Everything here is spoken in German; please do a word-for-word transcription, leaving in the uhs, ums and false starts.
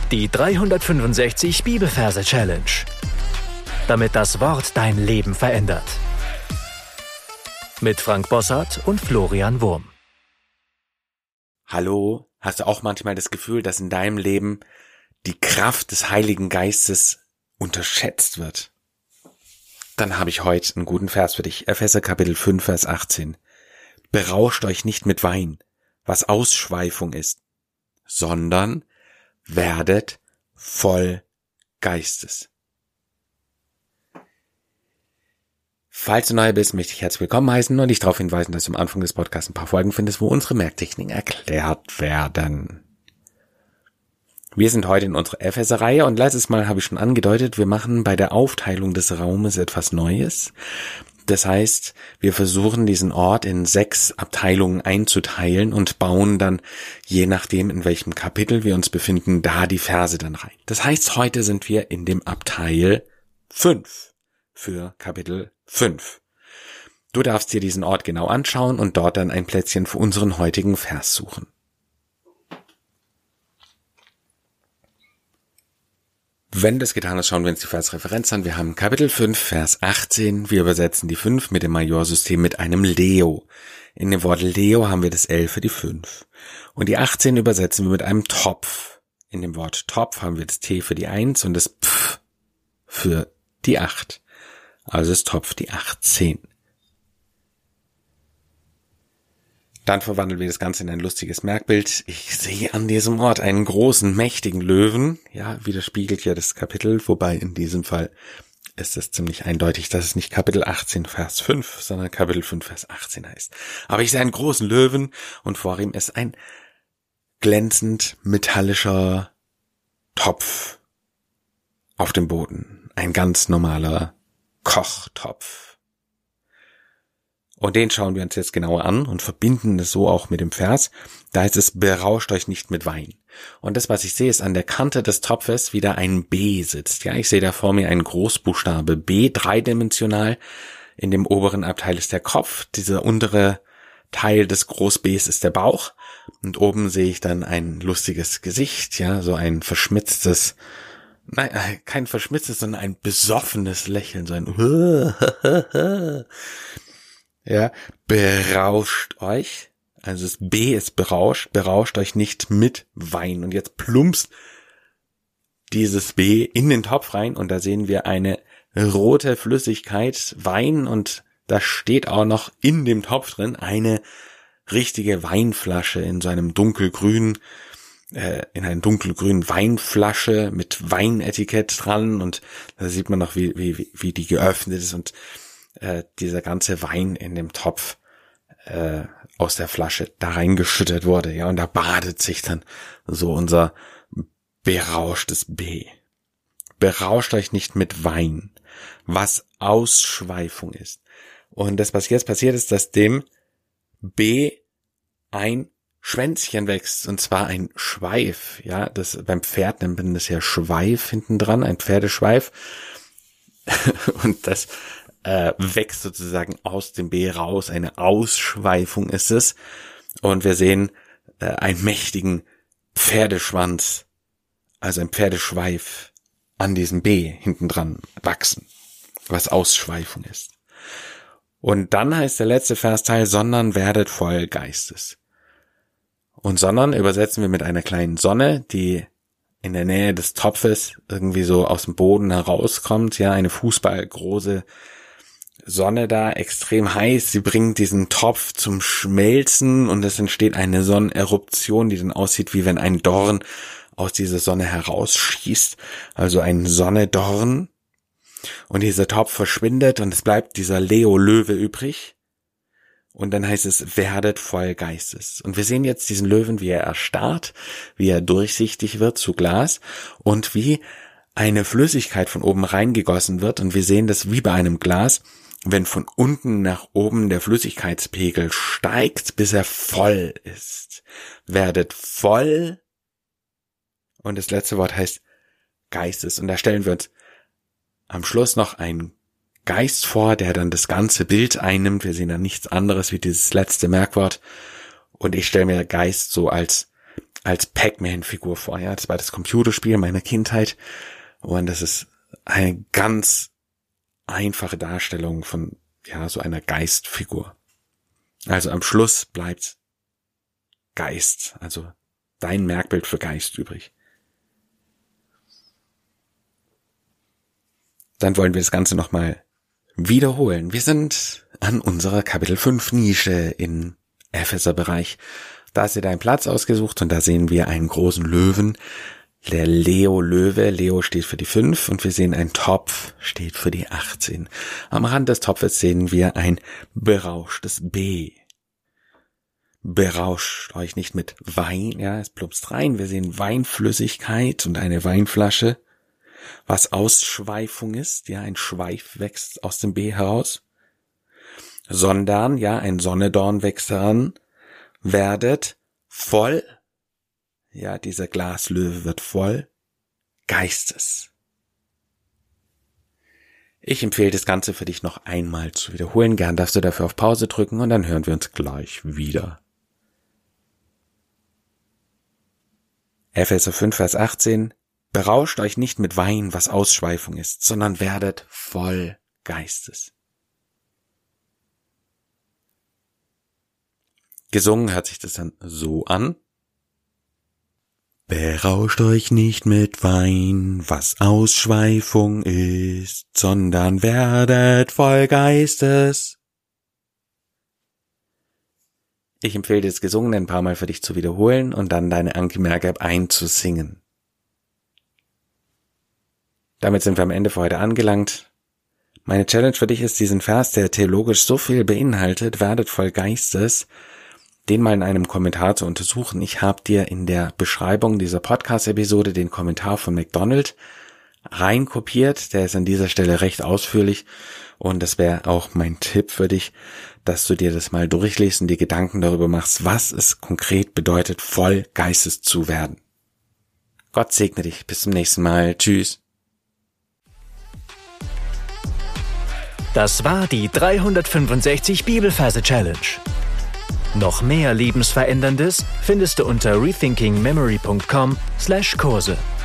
Die dreihundertfünfundsechzig Bibelverse Challenge. Damit das Wort dein Leben verändert. Mit Frank Bossart und Florian Wurm. Hallo, hast du auch manchmal das Gefühl, dass in deinem Leben die Kraft des Heiligen Geistes unterschätzt wird? Dann habe ich heute einen guten Vers für dich. Epheser Kapitel fünf, Vers achtzehn. Berauscht euch nicht mit Wein, was Ausschweifung ist, sondern werdet voll Geistes. Falls du neu bist, möchte ich herzlich willkommen heißen und dich darauf hinweisen, dass du am Anfang des Podcasts ein paar Folgen findest, wo unsere Merktechniken erklärt werden. Wir sind heute in unserer Epheser-Reihe und letztes Mal habe ich schon angedeutet, wir machen bei der Aufteilung des Raumes etwas Neues. Das heißt, wir versuchen diesen Ort in sechs Abteilungen einzuteilen und bauen dann, je nachdem in welchem Kapitel wir uns befinden, da die Verse dann rein. Das heißt, heute sind wir in dem Abteil fünf für Kapitel fünf. Du darfst dir diesen Ort genau anschauen und dort dann ein Plätzchen für unseren heutigen Vers suchen. Wenn du das getan hast, schauen wir uns die Versreferenz an. Wir haben Kapitel fünf, Vers achtzehn. Wir übersetzen die fünf mit dem Majorsystem mit einem Leo. In dem Wort Leo haben wir das L für die fünf. Und die achtzehn übersetzen wir mit einem Topf. In dem Wort Topf haben wir das T für die eins und das Pf für die acht. Also ist Topf die achtzehn. Dann verwandeln wir das Ganze in ein lustiges Merkbild. Ich sehe an diesem Ort einen großen, mächtigen Löwen. Ja, widerspiegelt ja das Kapitel, wobei in diesem Fall ist es ziemlich eindeutig, dass es nicht Kapitel achtzehn, Vers fünf, sondern Kapitel fünf, Vers achtzehn heißt. Aber ich sehe einen großen Löwen und vor ihm ist ein glänzend metallischer Topf auf dem Boden. Ein ganz normaler Kochtopf. Und den schauen wir uns jetzt genauer an und verbinden es so auch mit dem Vers. Da heißt es, berauscht euch nicht mit Wein. Und das, was ich sehe, ist an der Kante des Topfes wieder ein B sitzt. Ja, ich sehe da vor mir einen Großbuchstabe B, dreidimensional. In dem oberen Abteil ist der Kopf. Dieser untere Teil des Groß-Bs ist der Bauch. Und oben sehe ich dann ein lustiges Gesicht, ja, so ein verschmitztes, nein, kein verschmitztes, sondern ein besoffenes Lächeln, so ein ja, berauscht euch, also das B ist berauscht, berauscht euch nicht mit Wein. Und jetzt plumpst dieses B in den Topf rein und da sehen wir eine rote Flüssigkeit, Wein, und da steht auch noch in dem Topf drin eine richtige Weinflasche in so einem dunkelgrünen, äh, in einer dunkelgrünen Weinflasche mit Weinetikett dran, und da sieht man noch, wie, wie, wie die geöffnet ist und Äh, dieser ganze Wein in dem Topf äh, aus der Flasche da reingeschüttet wurde, ja, und da badet sich dann so unser berauschtes B. Berauscht euch nicht mit Wein, was Ausschweifung ist. Und das, was jetzt passiert, ist, dass dem B ein Schwänzchen wächst, und zwar ein Schweif, ja, das beim Pferd nennt man das ja Schweif hinten dran, ein Pferdeschweif. Und das Äh, wächst sozusagen aus dem B raus, eine Ausschweifung ist es, und wir sehen äh, einen mächtigen Pferdeschwanz, also ein Pferdeschweif an diesem B hinten dran wachsen, was Ausschweifung ist. Und dann heißt der letzte Versteil, sondern werdet voll Geistes. Und sondern übersetzen wir mit einer kleinen Sonne, die in der Nähe des Topfes irgendwie so aus dem Boden herauskommt, ja, eine fußballgroße Sonne da, extrem heiß, sie bringt diesen Topf zum Schmelzen und es entsteht eine Sonneneruption, die dann aussieht, wie wenn ein Dorn aus dieser Sonne herausschießt, also ein Sonnedorn, und dieser Topf verschwindet und es bleibt dieser Leo-Löwe übrig, und dann heißt es, werdet voll Geistes. Und wir sehen jetzt diesen Löwen, wie er erstarrt, wie er durchsichtig wird zu Glas und wie eine Flüssigkeit von oben reingegossen wird, und wir sehen das wie bei einem Glas, wenn von unten nach oben der Flüssigkeitspegel steigt, bis er voll ist. Werdet voll, und das letzte Wort heißt Geistes. Und da stellen wir uns am Schluss noch einen Geist vor, der dann das ganze Bild einnimmt. Wir sehen da nichts anderes wie dieses letzte Merkwort. Und ich stelle mir Geist so als als Pac-Man-Figur vor. Ja, das war das Computerspiel meiner Kindheit. Und das ist eine ganz einfache Darstellung von, ja, so einer Geistfigur. Also am Schluss bleibt Geist, also dein Merkbild für Geist übrig. Dann wollen wir das Ganze nochmal wiederholen. Wir sind an unserer Kapitel fünf Nische im Epheser-Bereich. Da ist dir dein Platz ausgesucht und da sehen wir einen großen Löwen, der Leo Löwe. Leo steht für die fünf und wir sehen einen Topf, steht für die achtzehn. Am Rand des Topfes sehen wir ein berauschtes B. Berauscht euch nicht mit Wein, ja, es plumpst rein. Wir sehen Weinflüssigkeit und eine Weinflasche, was Ausschweifung ist, ja, ein Schweif wächst aus dem B heraus. Sondern, ja, ein Sonnedorn wächst heran. Werdet voll, ja, dieser Glaslöwe wird voll Geistes. Ich empfehle das Ganze für dich noch einmal zu wiederholen. Gern darfst du dafür auf Pause drücken und dann hören wir uns gleich wieder. Epheser fünf, Vers achtzehn. Berauscht euch nicht mit Wein, was Ausschweifung ist, sondern werdet voll Geistes. Gesungen hört sich das dann so an. Berauscht euch nicht mit Wein, was Ausschweifung ist, sondern werdet voll Geistes. Ich empfehle dir das Gesungene ein paar Mal für dich zu wiederholen und dann deine Angemerke einzusingen. Damit sind wir am Ende für heute angelangt. Meine Challenge für dich ist, diesen Vers, der theologisch so viel beinhaltet, werdet voll Geistes, den mal in einem Kommentar zu untersuchen. Ich habe dir in der Beschreibung dieser Podcast-Episode den Kommentar von McDonald reinkopiert. Der ist an dieser Stelle recht ausführlich und das wäre auch mein Tipp für dich, dass du dir das mal durchliest und dir Gedanken darüber machst, was es konkret bedeutet, voll Geistes zu werden. Gott segne dich. Bis zum nächsten Mal. Tschüss. Das war die dreihundertfünfundsechzig Bibelverse Challenge. Noch mehr Lebensveränderndes findest du unter rethinkingmemory punkt com slash Kurse.